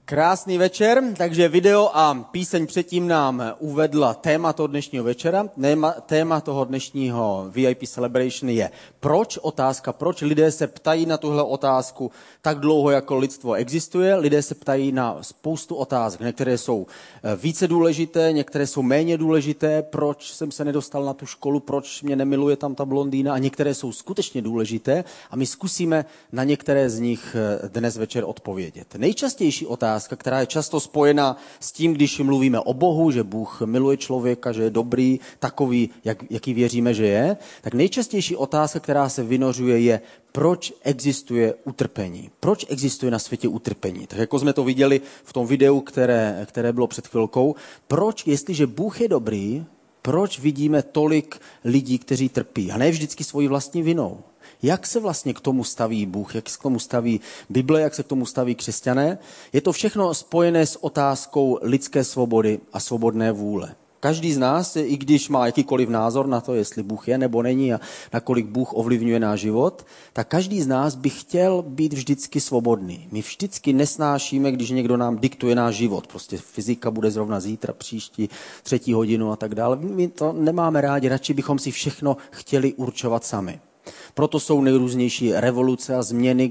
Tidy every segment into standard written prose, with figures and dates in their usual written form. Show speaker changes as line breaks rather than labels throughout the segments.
Krásný večer, takže video a píseň předtím nám uvedla téma toho dnešního večera. Téma toho dnešního VIP Celebration je proč? Otázka proč. Lidé se ptají na tuhle otázku tak dlouho, jako lidstvo existuje. Lidé se ptají na spoustu otázek. Některé jsou více důležité, některé jsou méně důležité. Proč jsem se nedostal na tu školu, proč mě nemiluje tam ta blondýna, a některé jsou skutečně důležité a my zkusíme na některé z nich dnes večer odpovědět. Nejčastější otázka, která je často spojena s tím, když mluvíme o Bohu, že Bůh miluje člověka, že je dobrý, takový, jaký věříme, že je, tak nejčastější otázka, která se vynořuje, je, proč existuje utrpení? Proč existuje na světě utrpení? Tak jako jsme to viděli v tom videu, které bylo před chvilkou, proč, jestliže Bůh je dobrý, proč vidíme tolik lidí, kteří trpí? A ne vždycky svojí vlastní vinou. Jak se vlastně k tomu staví Bůh, jak se k tomu staví Bible, jak se k tomu staví křesťané? Je to všechno spojené s otázkou lidské svobody a svobodné vůle. Každý z nás, i když má jakýkoliv názor na to, jestli Bůh je nebo není a nakolik Bůh ovlivňuje náš život, tak každý z nás by chtěl být vždycky svobodný. My vždycky nesnášíme, když někdo nám diktuje náš život. Prostě fyzika bude zrovna zítra, příští 3. hodinu a tak dále. My to nemáme rádi, radši bychom si všechno chtěli určovat sami. Proto jsou nejrůznější revoluce a změny,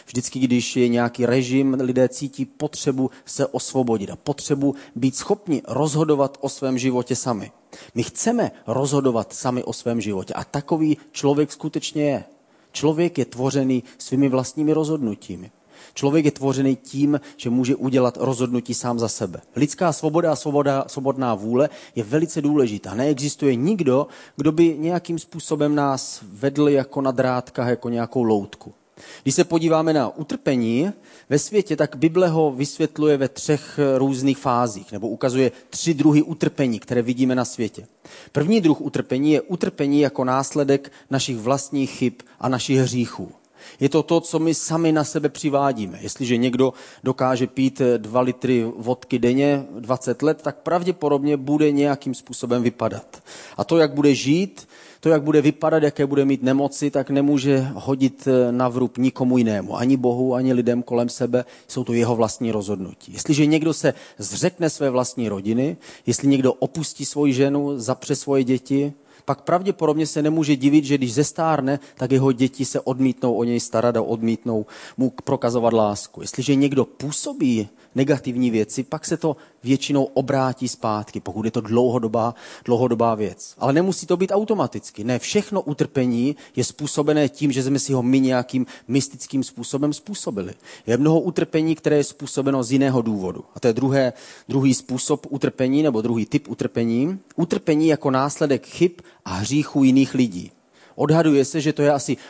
když je nějaký režim, lidé cítí potřebu se osvobodit a potřebu být schopni rozhodovat o svém životě sami. My chceme rozhodovat sami o svém životě a takový člověk skutečně je. Člověk je tvořený svými vlastními rozhodnutími. Člověk je tvořený tím, že může udělat rozhodnutí sám za sebe. Lidská svoboda a svobodná vůle je velice důležitá. Neexistuje nikdo, kdo by nějakým způsobem nás vedl jako na drátkách, jako nějakou loutku. Když se podíváme na utrpení ve světě, tak Bible ho vysvětluje ve 3 různých fázích, nebo ukazuje 3 druhy utrpení, které vidíme na světě. První druh utrpení je utrpení jako následek našich vlastních chyb a našich hříchů. Je to, co my sami na sebe přivádíme. Jestliže někdo dokáže pít 2 litry vodky denně 20 let, tak pravděpodobně bude nějakým způsobem vypadat. A to, jak bude žít, to, jak bude vypadat, jaké bude mít nemoci, tak nemůže hodit na vrub nikomu jinému. Ani Bohu, ani lidem kolem sebe. Jsou to jeho vlastní rozhodnutí. Jestliže někdo se zřekne své vlastní rodiny, jestli někdo opustí svoji ženu, zapře svoje děti, pak pravděpodobně se nemůže divit, že když zestárne, tak jeho děti se odmítnou o něj starat a odmítnou mu prokazovat lásku. Jestliže někdo působí negativní věci, pak se to většinou obrátí zpátky, pokud je to dlouhodobá věc. Ale nemusí to být automaticky. Ne, všechno utrpení je způsobené tím, že jsme si ho my nějakým mystickým způsobem způsobili. Je mnoho utrpení, které je způsobeno z jiného důvodu. A to je druhý způsob utrpení, nebo druhý typ utrpení. Utrpení jako následek chyb a hříchů jiných lidí. Odhaduje se, že to je asi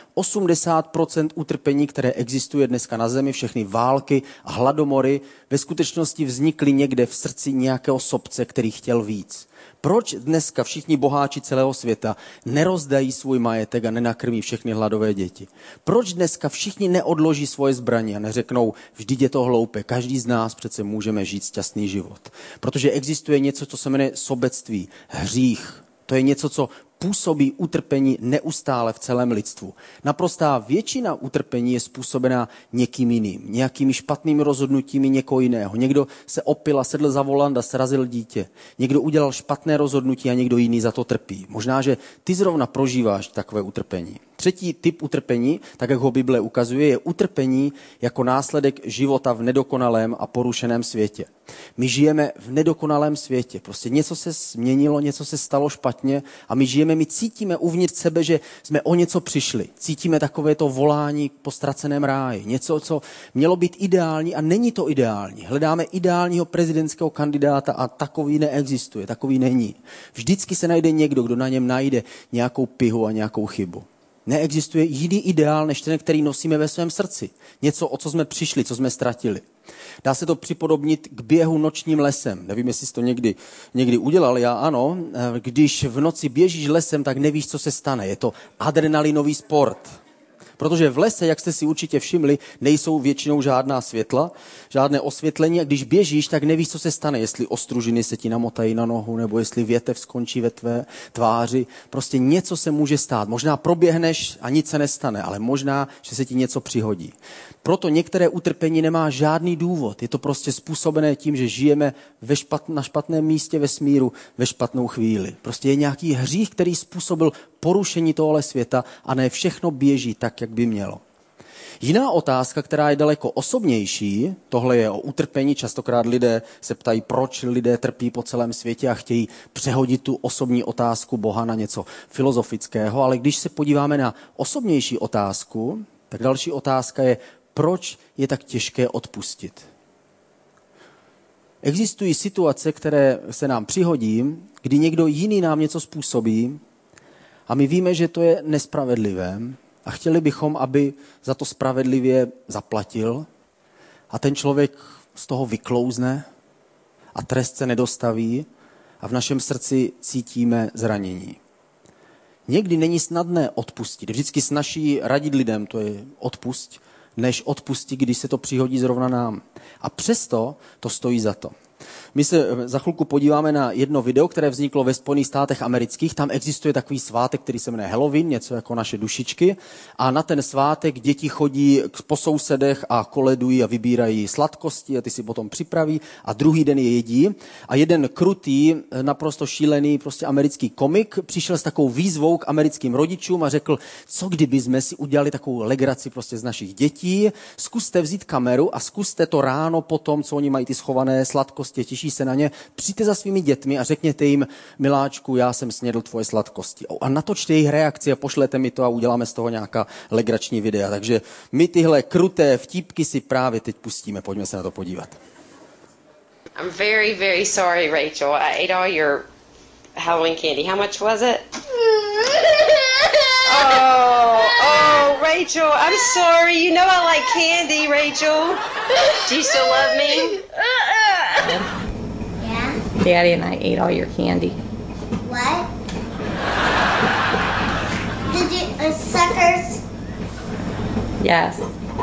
80% utrpení, které existuje dneska na zemi, všechny války a hladomory ve skutečnosti vznikly někde v srdci nějakého sobce, který chtěl víc. Proč dneska všichni boháči celého světa nerozdají svůj majetek a nenakrmí všechny hladové děti? Proč dneska všichni neodloží svoje zbraně a neřeknou, vždyť je to hloupé, každý z nás přece můžeme žít šťastný život? Protože existuje něco, co se jmenuje sobectví, hřích. To je něco, co působí utrpení neustále v celém lidstvu. Naprostá většina utrpení je způsobená někým jiným, nějakými špatnými rozhodnutími někoho jiného. Někdo se opil a sedl za volant a srazil dítě. Někdo udělal špatné rozhodnutí a někdo jiný za to trpí. Možná, že ty zrovna prožíváš takové utrpení. Třetí typ utrpení, tak jak ho Bible ukazuje, je utrpení jako následek života v nedokonalém a porušeném světě. My žijeme v nedokonalém světě. Prostě něco se změnilo, něco se stalo špatně a my cítíme uvnitř sebe, že jsme o něco přišli. Cítíme takovéto volání po ztraceném ráji. Něco, co mělo být ideální a není to ideální. Hledáme ideálního prezidentského kandidáta a takový neexistuje, takový není. Vždycky se najde někdo, kdo na něm najde nějakou pihu a nějakou chybu. Neexistuje jiný ideál, než ten, který nosíme ve svém srdci. Něco, o co jsme přišli, co jsme ztratili. Dá se to připodobnit k běhu nočním lesem. Nevím, jestli jsi to někdy udělal, já ano. Když v noci běžíš lesem, tak nevíš, co se stane. Je to adrenalinový sport. Protože v lese, jak jste si určitě všimli, nejsou většinou žádná světla, žádné osvětlení a když běžíš, tak nevíš, co se stane, jestli ostružiny se ti namotají na nohu, nebo jestli větev skončí ve tvé tváři. Prostě něco se může stát. Možná proběhneš a nic se nestane, ale možná, že se ti něco přihodí. Proto některé utrpení nemá žádný důvod. Je to prostě způsobené tím, že žijeme na špatném místě vesmíru ve špatnou chvíli. Prostě je nějaký hřích, který způsobil porušení tohle světa a ne všechno běží tak, jak by mělo. Jiná otázka, která je daleko osobnější, tohle je o utrpení, častokrát lidé se ptají, proč lidé trpí po celém světě a chtějí přehodit tu osobní otázku Boha na něco filozofického, ale když se podíváme na osobnější otázku, tak další otázka je, proč je tak těžké odpustit. Existují situace, které se nám přihodí, kdy někdo jiný nám něco způsobí a my víme, že to je nespravedlivé a chtěli bychom, aby za to spravedlivě zaplatil a ten člověk z toho vyklouzne a trest se nedostaví a v našem srdci cítíme zranění. Někdy není snadné odpustit. Vždycky snazší radit lidem, to je odpusť, než odpustit, když se to přihodí zrovna nám. A přesto to stojí za to. My se za chvilku podíváme na jedno video, které vzniklo ve Spojených státech amerických. Tam existuje takový svátek, který se jmenuje Halloween, něco jako naše dušičky. A na ten svátek děti chodí po sousedech a koledují a vybírají sladkosti a ty si potom připraví a druhý den je jedí. A jeden krutý, naprosto šílený prostě americký komik přišel s takovou výzvou k americkým rodičům a řekl, co kdyby jsme si udělali takovou legraci prostě z našich dětí, zkuste vzít kameru a zkuste to ráno potom, co oni mají ty schované sladkosti, těší se na ně, přijďte za svými dětmi a řekněte jim, miláčku, já jsem snědl tvoje sladkosti. A natočte jejich reakci a pošlete mi to a uděláme z toho nějaká legrační videa. Takže my tyhle kruté vtípky si právě teď pustíme. Pojďme se na to podívat.
I'm very, very sorry, Rachel. I ate all your Halloween candy. How much was it? Oh, Rachel, I'm sorry. You know I like candy, Rachel. Do you still love me?
Yeah?
Daddy and I ate all your candy.
What? Did you, suckers?
Yes.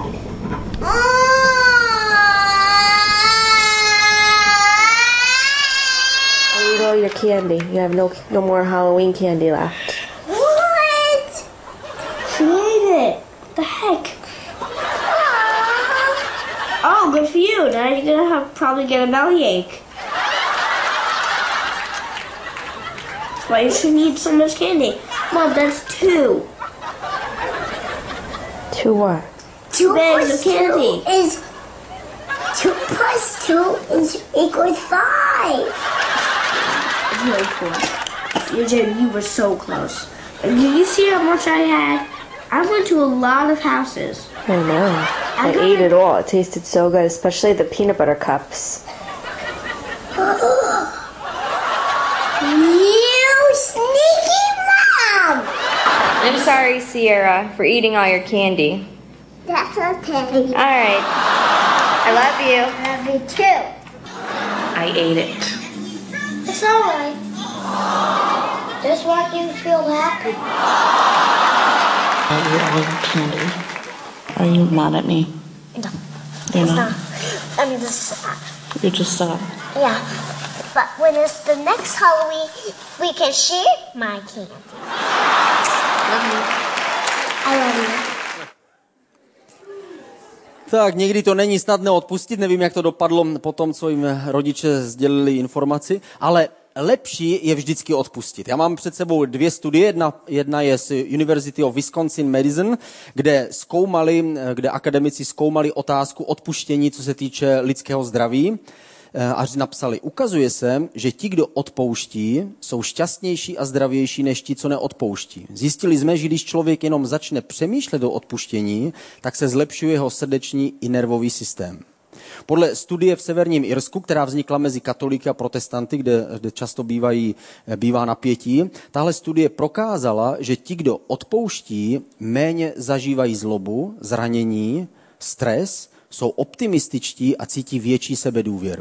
I ate all your candy. You have no more Halloween candy left.
What? She ate it. What the heck? Oh, good for you. Now you're gonna probably get a bellyache. That's why you shouldn't eat so much candy. Mom, that's 2.
2 what?
2 bags of candy.
2 plus 2 is equals 5.
No, 4. You were so close. Did you see how much I had? I went to a lot of houses.
I know. I ate it all. It tasted so good, especially the peanut butter cups.
You sneaky mom!
I'm sorry, Sierra, for eating all your candy.
That's okay.
All right. I love you.
Love you too.
I ate it.
It's alright. Just want you to feel happy.
I ate all your candy. Are you mad at me?
No.
You're
It's
not.
not. I'm just sad.
You're just sad.
Yeah. But when it's the next Halloween, we can share my candy.
Love you.
I love you.
Tak, někdy to není snadné odpustit, nevím, jak to dopadlo po tom, co jim rodiče sdělili informaci, ale lepší je vždycky odpustit. Já mám před sebou 2 studie, jedna je z University of Wisconsin-Madison, kde akademici zkoumali otázku odpuštění, co se týče lidského zdraví. A napsali, ukazuje se, že ti, kdo odpouští, jsou šťastnější a zdravější než ti, co neodpouští. Zjistili jsme, že když člověk jenom začne přemýšlet o odpuštění, tak se zlepšuje jeho srdeční i nervový systém. Podle studie v Severním Irsku, která vznikla mezi katolíky a protestanty, kde často bývá napětí, tahle studie prokázala, že ti, kdo odpouští, méně zažívají zlobu, zranění, stres, jsou optimističtí a cítí větší sebedůvěru.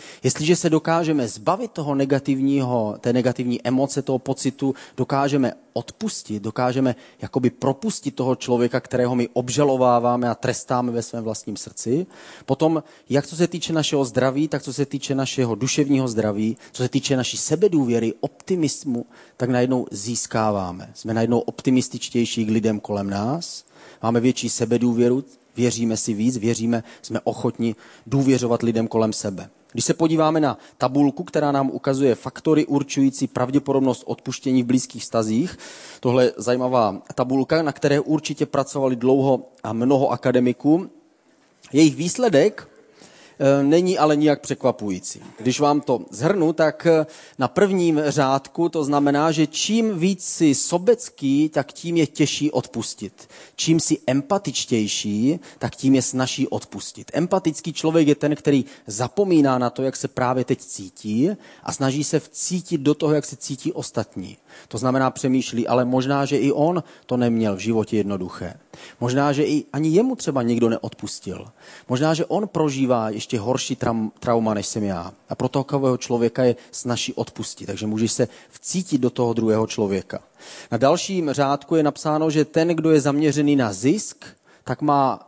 Jestliže se dokážeme zbavit té negativní emoce, toho pocitu, dokážeme odpustit, dokážeme jakoby propustit toho člověka, kterého my obžalováváme a trestáme ve svém vlastním srdci, potom jak co se týče našeho zdraví, tak co se týče našeho duševního zdraví, co se týče naší sebedůvěry, optimismu, tak najednou získáváme. Jsme najednou optimističtější k lidem kolem nás, máme větší sebedůvěru, věříme si víc, jsme ochotni důvěřovat lidem kolem sebe. Když se podíváme na tabulku, která nám ukazuje faktory určující pravděpodobnost odpuštění v blízkých vztazích, tohle je zajímavá tabulka, na které určitě pracovali dlouho a mnoho akademiků. Jejich výsledek není ale nijak překvapující. Když vám to shrnu, tak na prvním řádku to znamená, že čím víc si sobecký, tak tím je těžší odpustit. Čím si empatičtější, tak tím je snazší odpustit. Empatický člověk je ten, který zapomíná na to, jak se právě teď cítí a snaží se vcítit do toho, jak se cítí ostatní. To znamená přemýšlí, ale možná, že i on to neměl v životě jednoduché. Možná, že i ani jemu třeba někdo neodpustil. Možná, že on prožívá ještě horší trauma, než jsem já. A pro takového člověka je snazší odpustit. Takže můžeš se vcítit do toho druhého člověka. Na dalším řádku je napsáno, že ten, kdo je zaměřený na zisk, tak má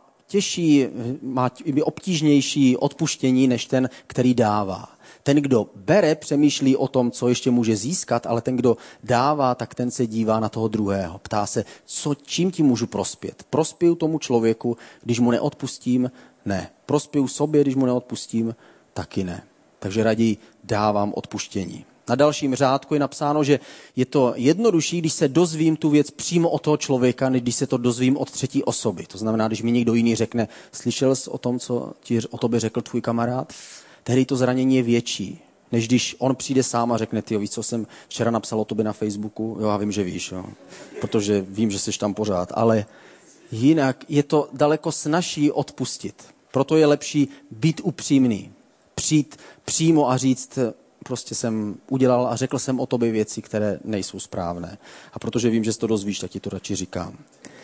obtížnější odpuštění, než ten, který dává. Ten, kdo bere, přemýšlí o tom, co ještě může získat, ale ten, kdo dává, tak ten se dívá na toho druhého. Ptá se, čím ti můžu prospět? Prospěju tomu člověku, když mu neodpustím? Ne. Prospěju sobě, když mu neodpustím? Taky ne. Takže raději dávám odpuštění. Na dalším řádku je napsáno, že je to jednodušší, když se dozvím tu věc přímo od toho člověka, než když se to dozvím od třetí osoby. To znamená, když mi někdo jiný řekne, slyšel jsi o tom, co ti o tobě řekl tvůj kamarád? Tehdy to zranění je větší, než když on přijde sám a řekne, ty víš, co jsem včera napsal o tobě na Facebooku? Jo, já vím, že víš, jo. Protože vím, že jsi tam pořád, ale jinak je to daleko snazší odpustit. Proto je lepší být upřímný, přijít přímo a říct, prostě jsem udělal a řekl jsem o tobě věci, které nejsou správné. A protože vím, že jsi to dozvíš, tak ti to radši říkám.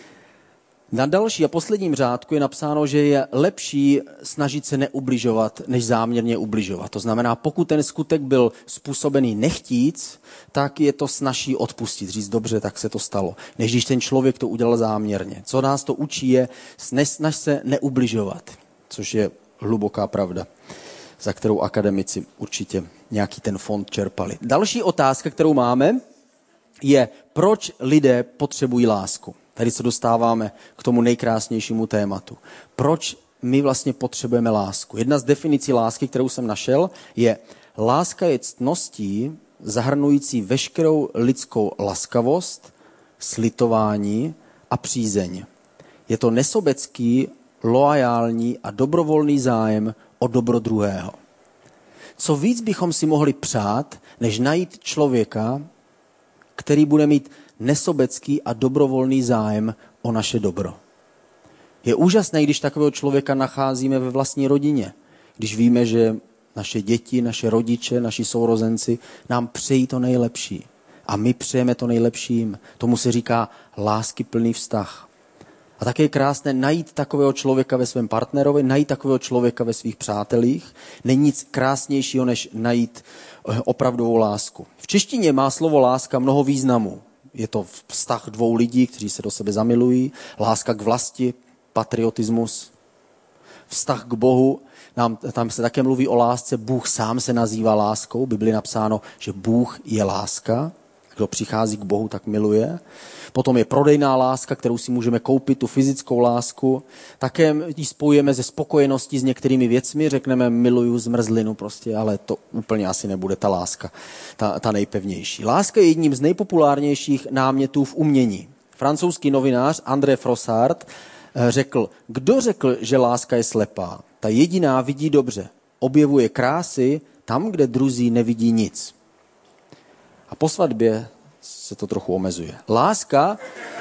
Na další a posledním řádku je napsáno, že je lepší snažit se neubližovat, než záměrně ubližovat. To znamená, pokud ten skutek byl způsobený nechtíc, tak je to snazší odpustit, říct dobře, tak se to stalo, než když ten člověk to udělal záměrně. Co nás to učí je, snaž se neubližovat, což je hluboká pravda, za kterou akademici určitě nějaký ten fond čerpali. Další otázka, kterou máme, je, proč lidé potřebují lásku. Tady se dostáváme k tomu nejkrásnějšímu tématu. Proč my vlastně potřebujeme lásku? Jedna z definicí lásky, kterou jsem našel, je láska je ctností zahrnující veškerou lidskou laskavost, slitování a přízeň. Je to nesobecký, loajální a dobrovolný zájem o dobro druhého. Co víc bychom si mohli přát, než najít člověka, který bude mít nesobecký a dobrovolný zájem o naše dobro. Je úžasné, když takového člověka nacházíme ve vlastní rodině, když víme, že naše děti, naše rodiče, naši sourozenci nám přejí to nejlepší. A my přejeme to nejlepší jim. Tomu se říká láskyplný vztah. A také je krásné najít takového člověka ve svém partnerovi, najít takového člověka ve svých přátelích. Není nic krásnějšího, než najít opravdovou lásku. V češtině má slovo láska mnoho významů. Je to vztah dvou lidí, kteří se do sebe zamilují, láska k vlasti, patriotismus, vztah k Bohu. Tam se také mluví o lásce, Bůh sám se nazývá láskou, v Bibli napsáno, že Bůh je láska, kdo přichází k Bohu, tak miluje. Potom je prodejná láska, kterou si můžeme koupit, tu fyzickou lásku. Také ji spojujeme se spokojeností s některými věcmi, řekneme miluju zmrzlinu prostě, ale to úplně asi nebude ta láska, ta nejpevnější. Láska je jedním z nejpopulárnějších námětů v umění. Francouzský novinář André Frossard řekl, kdo řekl, že láska je slepá? Ta jediná vidí dobře, objevuje krásy tam, kde druzí nevidí nic. A po svatbě se to trochu omezuje. Láska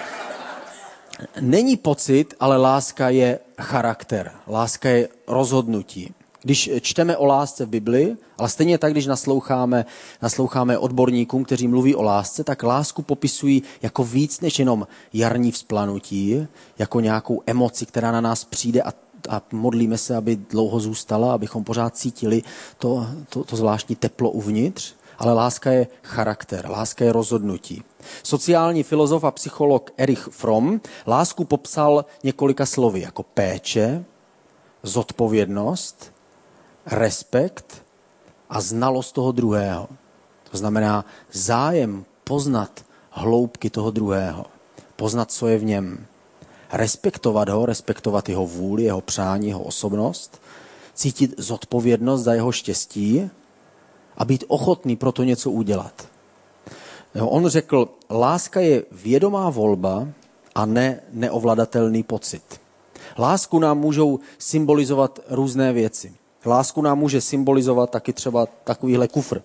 není pocit, ale láska je charakter. Láska je rozhodnutí. Když čteme o lásce v Bibli, ale stejně tak, když nasloucháme odborníkům, kteří mluví o lásce, tak lásku popisují jako víc než jenom jarní vzplanutí, jako nějakou emoci, která na nás přijde a a modlíme se, aby dlouho zůstala, abychom pořád cítili to zvláštní teplo uvnitř, ale láska je charakter, láska je rozhodnutí. Sociální filozof a psycholog Erich Fromm lásku popsal několika slovy jako péče, zodpovědnost, respekt a znalost toho druhého. To znamená zájem poznat hloubky toho druhého, poznat, co je v něm, respektovat ho, respektovat jeho vůli, jeho přání, jeho osobnost, cítit zodpovědnost za jeho štěstí a být ochotný pro to něco udělat. On řekl, láska je vědomá volba a ne neovladatelný pocit. Lásku nám můžou symbolizovat různé věci. Lásku nám může symbolizovat taky třeba takovýhle kufr.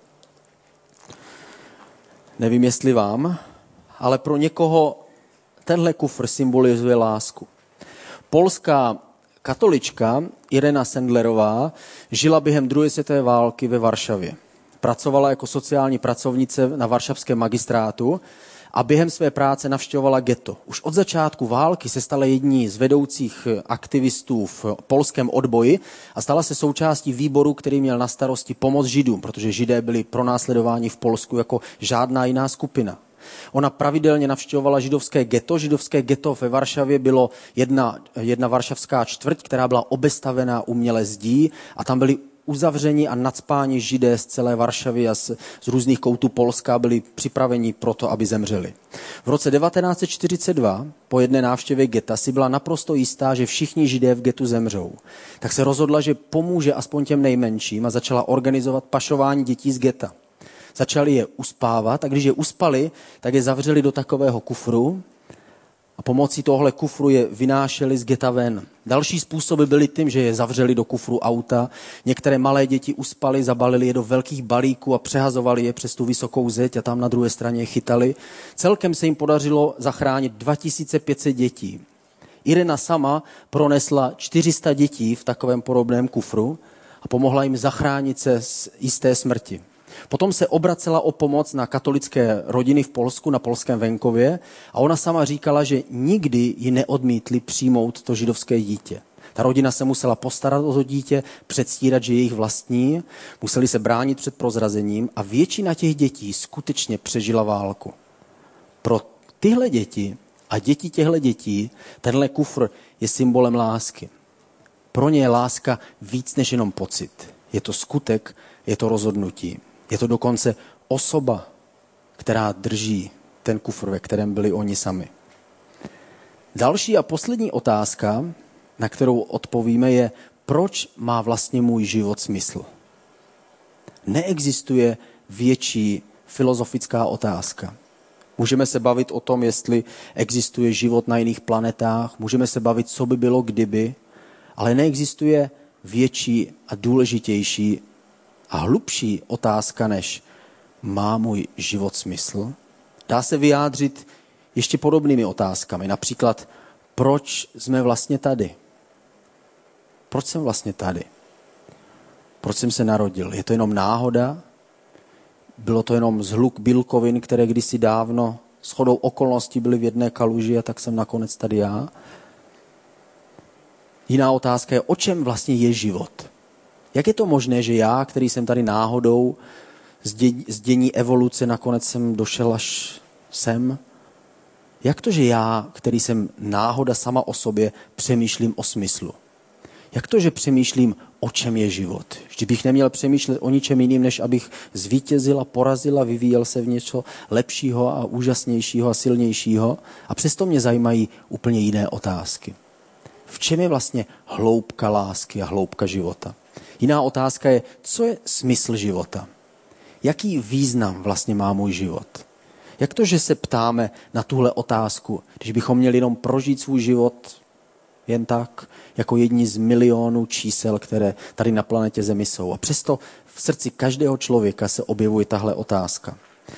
Nevím, jestli vám, ale pro někoho tenhle kufr symbolizuje lásku. Polská katolička Irena Sendlerová žila během druhé světové války ve Varšavě. Pracovala jako sociální pracovnice na varšavském magistrátu a během své práce navštěvovala ghetto. Už od začátku války se stala jední z vedoucích aktivistů v polském odboji a stala se součástí výboru, který měl na starosti pomoc Židům, protože Židé byli pronásledováni v Polsku jako žádná jiná skupina. Ona pravidelně navštěvovala židovské ghetto. Židovské ghetto ve Varšavě bylo jedna varšavská čtvrť, která byla obestavená uměle zdí a tam byli uzavřeni a nacpáni Židé z celé Varšavy a z různých koutů Polska byli připraveni pro to, aby zemřeli. V roce 1942 po jedné návštěvě geta si byla naprosto jistá, že všichni Židé v getu zemřou. Tak se rozhodla, že pomůže aspoň těm nejmenším a začala organizovat pašování dětí z geta. Začali je uspávat a když je uspali, tak je zavřeli do takového kufru a pomocí tohle kufru je vynášeli z geta ven. Další způsoby byly tím, že je zavřeli do kufru auta. Některé malé děti uspali, zabalili je do velkých balíků a přehazovali je přes tu vysokou zeď a tam na druhé straně je chytali. Celkem se jim podařilo zachránit 2500 dětí. Irena sama pronesla 400 dětí v takovém podobném kufru a pomohla jim zachránit se z jisté smrti. Potom se obracela o pomoc na katolické rodiny v Polsku, na polském venkově a ona sama říkala, že nikdy ji neodmítli přijmout to židovské dítě. Ta rodina se musela postarat o to dítě, předstírat, že je jejich vlastní, museli se bránit před prozrazením a většina těch dětí skutečně přežila válku. Pro tyhle děti a děti těchto dětí tenhle kufr je symbolem lásky. Pro ně je láska víc než jenom pocit. Je to skutek, je to rozhodnutí. Je to dokonce osoba, která drží ten kufr, ve kterém byli oni sami. Další a poslední otázka, na kterou odpovíme, je, proč má vlastně můj život smysl? Neexistuje větší filozofická otázka. Můžeme se bavit o tom, jestli existuje život na jiných planetách, můžeme se bavit, co by bylo kdyby, ale neexistuje větší a důležitější a hlubší otázka, než má můj život smysl? Dá se vyjádřit ještě podobnými otázkami. Například, proč jsme vlastně tady? Proč jsem vlastně tady? Proč jsem se narodil? Je to jenom náhoda? Bylo to jenom zhluk bílkovin, které kdysi dávno shodou okolností byly v jedné kaluži a tak jsem nakonec tady já? Jiná otázka je, o čem vlastně je život? Jak je to možné, že já, který jsem tady náhodou z dění evoluce, nakonec jsem došel až sem? Jak to, že já, který jsem náhoda sama o sobě, přemýšlím o smyslu? Jak to, že přemýšlím, o čem je život? Vždy bych neměl přemýšlet o ničem jiným, než abych zvítězil a porazil a vyvíjel se v něco lepšího a úžasnějšího a silnějšího. A přesto mě zajímají úplně jiné otázky. V čem je vlastně hloubka lásky a hloubka života? Jiná otázka je, co je smysl života? Jaký význam vlastně má můj život? Jak to, že se ptáme na tuhle otázku, když bychom měli jenom prožít svůj život jen tak, jako jedni z milionů čísel, které tady na planetě Zemi jsou. A přesto v srdci každého člověka se objevuje tahle otázka.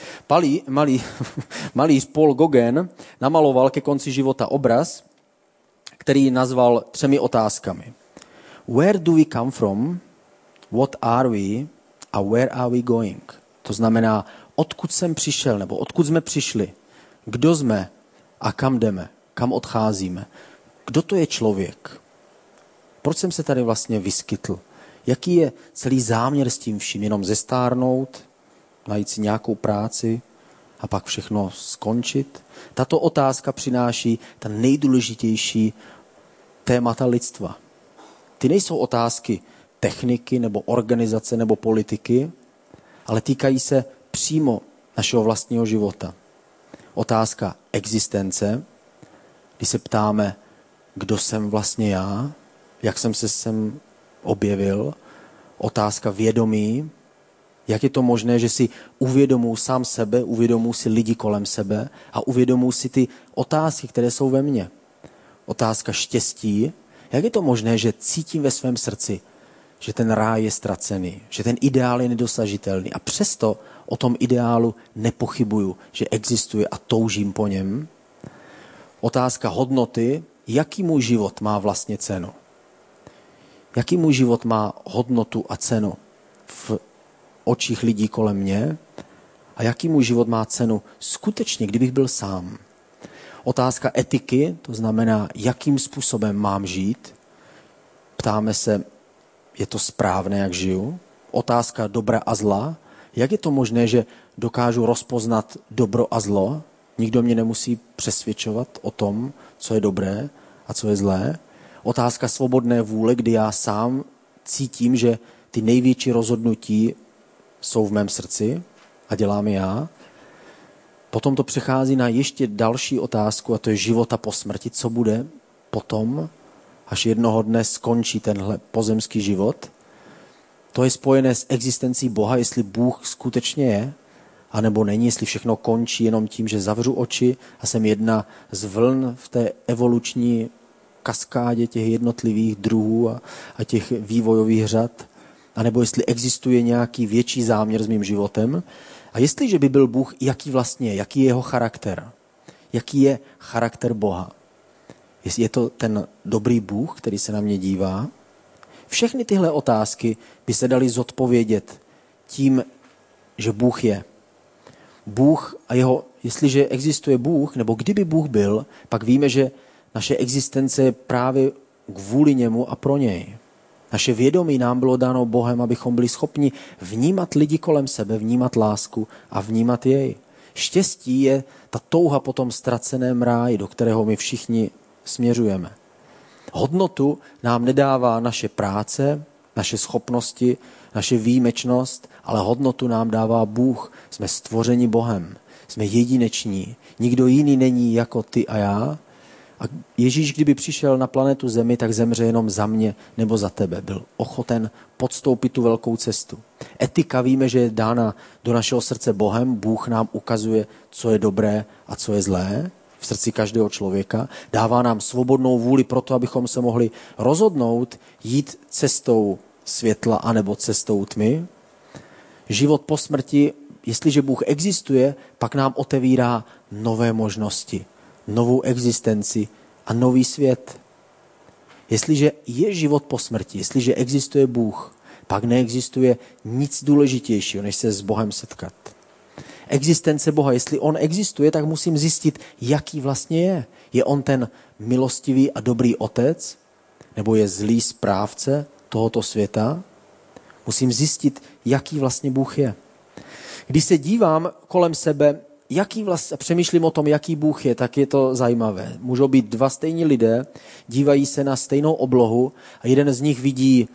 Malíř Paul Gauguin namaloval ke konci života obraz, který nazval 3 otázkami. Where do we come from? What are we? A where are we going? To znamená, odkud jsem přišel, nebo odkud jsme přišli, kdo jsme a kam jdeme, kam odcházíme. Kdo to je člověk? Proč jsem se tady vlastně vyskytl? Jaký je celý záměr s tím vším? Jenom zestárnout, najít si nějakou práci a pak všechno skončit? Tato otázka přináší ta nejdůležitější témata lidstva. Ty nejsou otázky techniky nebo organizace nebo politiky, ale týkají se přímo našeho vlastního života. Otázka existence, kdy se ptáme, kdo jsem vlastně já, jak jsem se sem objevil. Otázka vědomí, jak je to možné, že si uvědomuji sám sebe, uvědomuji si lidi kolem sebe a uvědomuji si ty otázky, které jsou ve mně. Otázka štěstí, jak je to možné, že cítím ve svém srdci, že ten ráj je ztracený, že ten ideál je nedosažitelný a přesto o tom ideálu nepochybuju, že existuje a toužím po něm. Otázka hodnoty, jaký můj život má vlastně cenu. Jaký můj život má hodnotu a cenu v očích lidí kolem mě a jaký můj život má cenu skutečně, kdybych byl sám. Otázka etiky, to znamená, jakým způsobem mám žít. Ptáme se, je to správné, jak žiju. Otázka dobra a zla. Jak je to možné, že dokážu rozpoznat dobro a zlo? Nikdo mě nemusí přesvědčovat o tom, co je dobré a co je zlé. Otázka svobodné vůle, kdy já sám cítím, že ty největší rozhodnutí jsou v mém srdci a dělám je já. Potom to přechází na ještě další otázku a to je života po smrti. Co bude potom, až jednoho dne skončí tenhle pozemský život? To je spojené s existencí Boha, jestli Bůh skutečně je, anebo není, jestli všechno končí jenom tím, že zavřu oči a jsem jedna z vln v té evoluční kaskádě těch jednotlivých druhů a těch vývojových řad, anebo jestli existuje nějaký větší záměr s mým životem. A jestliže by byl Bůh, jaký vlastně je, jaký je jeho charakter, jaký je charakter Boha. Jestli je to ten dobrý Bůh, který se na mě dívá. Všechny tyhle otázky by se daly zodpovědět tím, že Bůh je. Bůh a jeho, jestliže existuje Bůh, nebo kdyby Bůh byl, pak víme, že naše existence je právě kvůli němu a pro něj. Naše vědomí nám bylo dáno Bohem, abychom byli schopni vnímat lidi kolem sebe, vnímat lásku a vnímat jej. Štěstí je ta touha po tom ztraceném ráji, do kterého my všichni směřujeme. Hodnotu nám nedává naše práce, naše schopnosti, naše výjimečnost, ale hodnotu nám dává Bůh. Jsme stvořeni Bohem, jsme jedineční, nikdo jiný není jako ty a já. A Ježíš, kdyby přišel na planetu Zemi, tak zemře jenom za mě nebo za tebe. Byl ochoten podstoupit tu velkou cestu. Etika víme, že je dána do našeho srdce Bohem. Bůh nám ukazuje, co je dobré a co je zlé v srdci každého člověka. Dává nám svobodnou vůli pro to, abychom se mohli rozhodnout jít cestou světla anebo cestou tmy. Život po smrti, jestliže Bůh existuje, pak nám otevírá nové možnosti, novou existenci a nový svět. Jestliže je život po smrti, jestliže existuje Bůh, pak neexistuje nic důležitějšího, než se s Bohem setkat. Existence Boha, jestli on existuje, tak musím zjistit, jaký vlastně je. Je on ten milostivý a dobrý otec, nebo je zlý správce tohoto světa? Musím zjistit, jaký vlastně Bůh je. Když se dívám kolem sebe, přemýšlím o tom, jaký Bůh je, tak je to zajímavé. Můžou být dva stejní lidé, dívají se na stejnou oblohu a jeden z nich vidí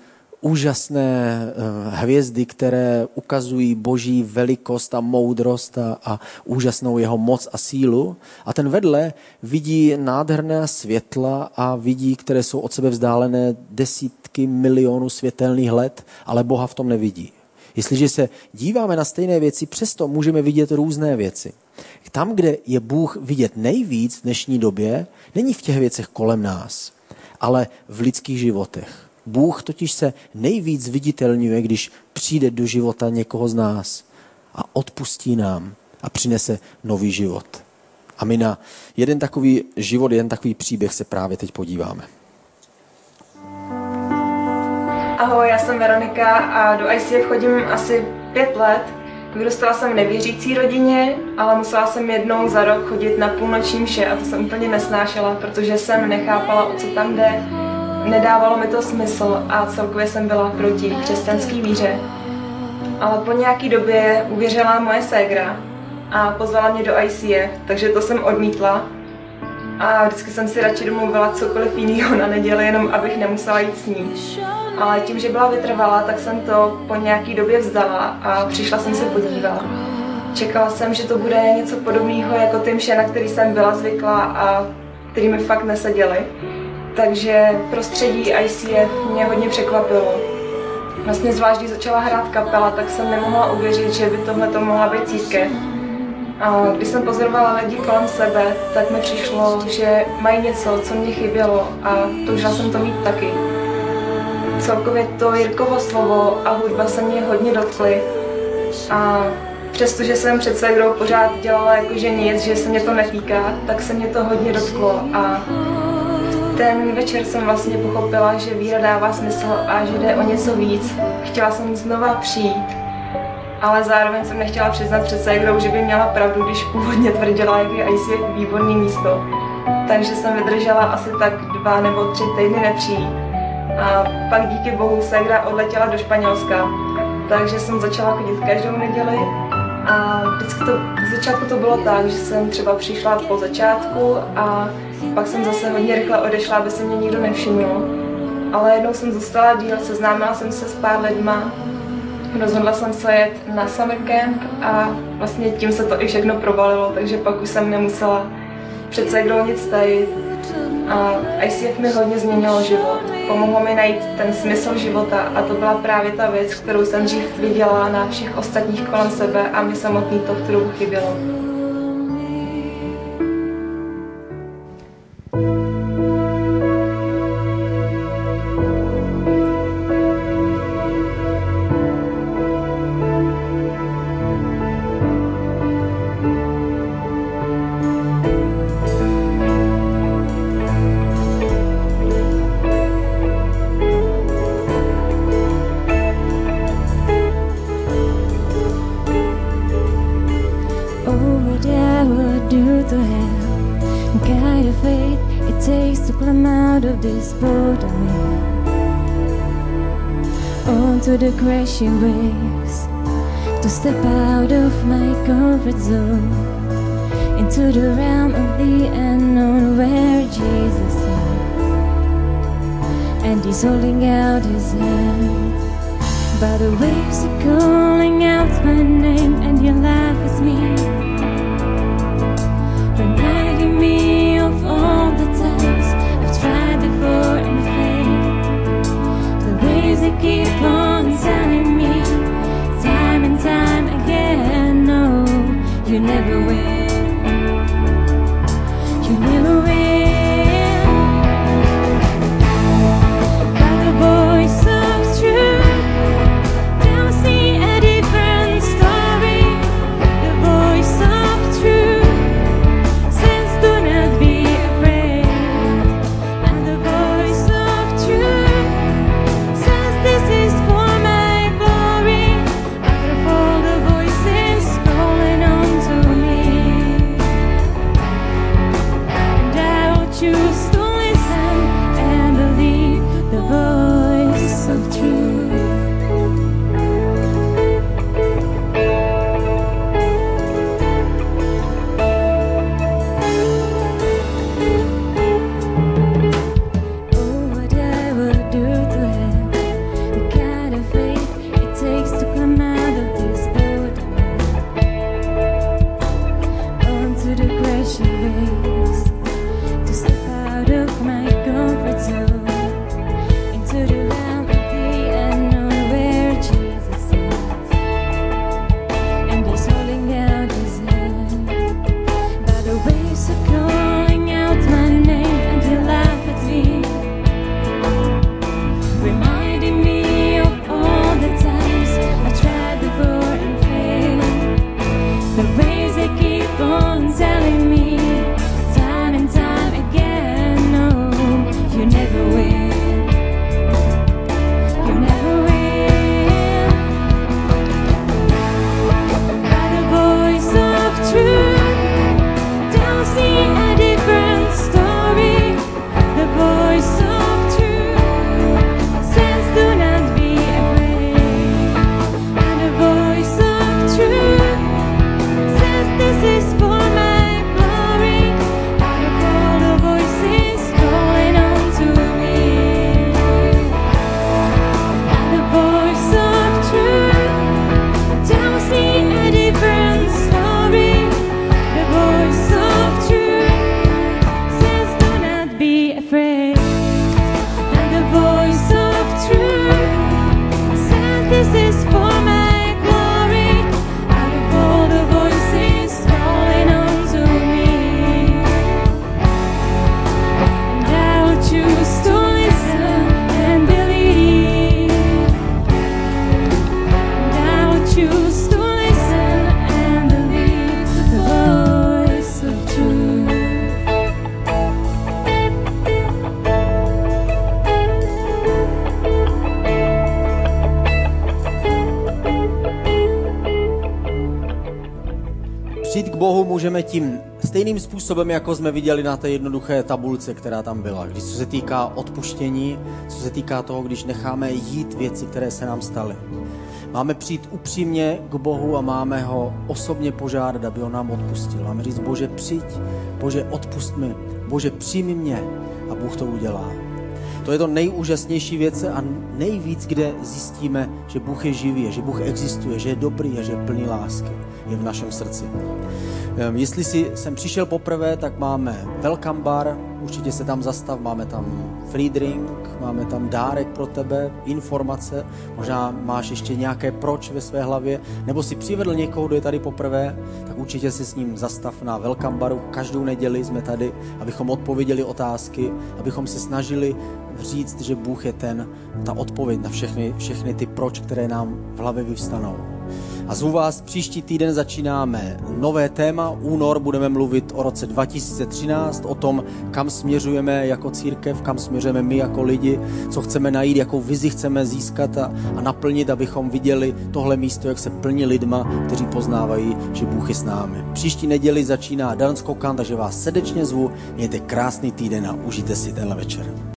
úžasné hvězdy, které ukazují boží velikost a moudrost a úžasnou jeho moc a sílu. A ten vedle vidí nádherné světla a vidí, které jsou od sebe vzdálené desítky milionů světelných let, ale Boha v tom nevidí. Jestliže se díváme na stejné věci, přesto můžeme vidět různé věci. Tam, kde je Bůh vidět nejvíc v dnešní době, není v těch věcech kolem nás, ale v lidských životech. Bůh totiž se nejvíc viditelňuje, když přijde do života někoho z nás a odpustí nám a přinese nový život. A my na jeden takový život, jeden takový příběh se právě teď podíváme.
Ahoj, já jsem Veronika a do ICF chodím asi 5 let. Vyrůstala jsem v nevěřící rodině, ale musela jsem jednou za rok chodit na půlnoční mše a to jsem úplně nesnášela, protože jsem nechápala, o co tam jde. nedávalo mi to smysl a celkově jsem byla proti křesťanské víře. Ale po nějaký době uvěřila moje ségra a pozvala mě do ICF, takže to jsem odmítla. A vždycky jsem si radši domluvila cokoliv jiného na neděli, jenom abych nemusela jít s ní. Ale tím, že byla vytrvalá, tak jsem to po nějaký době vzdala a přišla jsem se podívat. Čekala jsem, že to bude něco podobného jako ty mše, na který jsem byla zvyklá a který mi fakt neseděly. Takže prostředí ICF mě hodně překvapilo. Vlastně zvlášť, když začala hrát kapela, tak jsem nemohla uvěřit, že by tohle to mohla být církev. A když jsem pozorovala lidi kolem sebe, tak mi přišlo, že mají něco, co mě chybělo a toužila jsem to mít taky. Celkově to Jirkovo slovo a hudba se mě hodně dotkly. A přestože jsem před ségrou pořád dělala jakože nic, že se mě to netýká, tak se mě to hodně dotklo. A ten večer jsem vlastně pochopila, že víra dává smysl a že jde o něco víc. Chtěla jsem znova přijít, ale zároveň jsem nechtěla přiznat před ségrou, že by měla pravdu, když původně tvrdila, jak je ICF výborný místo. Takže jsem vydržela asi tak 2 nebo 3 týdny nepřijít. A pak díky bohu ségra odletěla do Španělska, takže jsem začala chodit každou neděli. A vždycky v začátku to bylo tak, že jsem třeba přišla po začátku a pak jsem zase hodně rychle odešla, aby se mě nikdo nevšiml. Ale jednou jsem zůstala díl, seznámila jsem se s pár lidma, rozhodla jsem se jet na summer camp a vlastně tím se to i všechno provalilo, takže pak už jsem nemusela před ségrou nic tajit. A ICF mi hodně změnilo život. Pomohlo mi najít ten smysl života a to byla právě ta věc, kterou jsem dřív viděla na všech ostatních kolem sebe a mě samotný to, kterou chybělo.
To the crashing waves, to step out of my comfort zone, into the realm of the unknown where Jesus is, and He's holding out His hand. But the waves are calling out my name, and Your love is me, reminding me of all the times I've tried before and failed. The waves that keep on telling me time and time again, no, you never will, you never will. But the voice of truth tells me a different story. The voice of truth says do not be afraid, and the voice of truth says this is for my glory. Out of all the voices calling on to me,
Přijít k Bohu můžeme tím stejným způsobem, jako jsme viděli na té jednoduché tabulce, která tam byla. Když se týká odpuštění, co se týká toho, když necháme jít věci, které se nám staly. Máme přijít upřímně k Bohu a máme ho osobně požádat, aby on nám odpustil. Máme říct, Bože, přijď, Bože, odpust mi, Bože, přijmi mě a Bůh to udělá. To je to nejúžasnější věc a nejvíc, kde zjistíme, že Bůh je živý, že Bůh existuje, že je dobrý a že je plný lásky. Je v našem srdci. Jestli jsi sem přišel poprvé, tak máme welcome bar, určitě se tam zastav, máme tam free drink, máme tam dárek pro tebe, informace, možná máš ještě nějaké proč ve své hlavě, nebo si přivedl někoho, kdo je tady poprvé, tak určitě se s ním zastav na welcome baru. Každou neděli jsme tady, abychom odpověděli otázky, abychom se snažili říct, že Bůh je ta odpověď na všechny ty proč, které nám v hlavě vyvstanou. A zvu vás, příští týden začínáme nové téma, únor, budeme mluvit o roce 2013, o tom, kam směřujeme jako církev, kam směřujeme my jako lidi, co chceme najít, jakou vizi chceme získat a naplnit, abychom viděli tohle místo, jak se plní lidma, kteří poznávají, že Bůh je s námi. Příští neděli začíná Dan Skokan, takže vás srdečně zvu, mějte krásný týden a užijte si tenhle večer.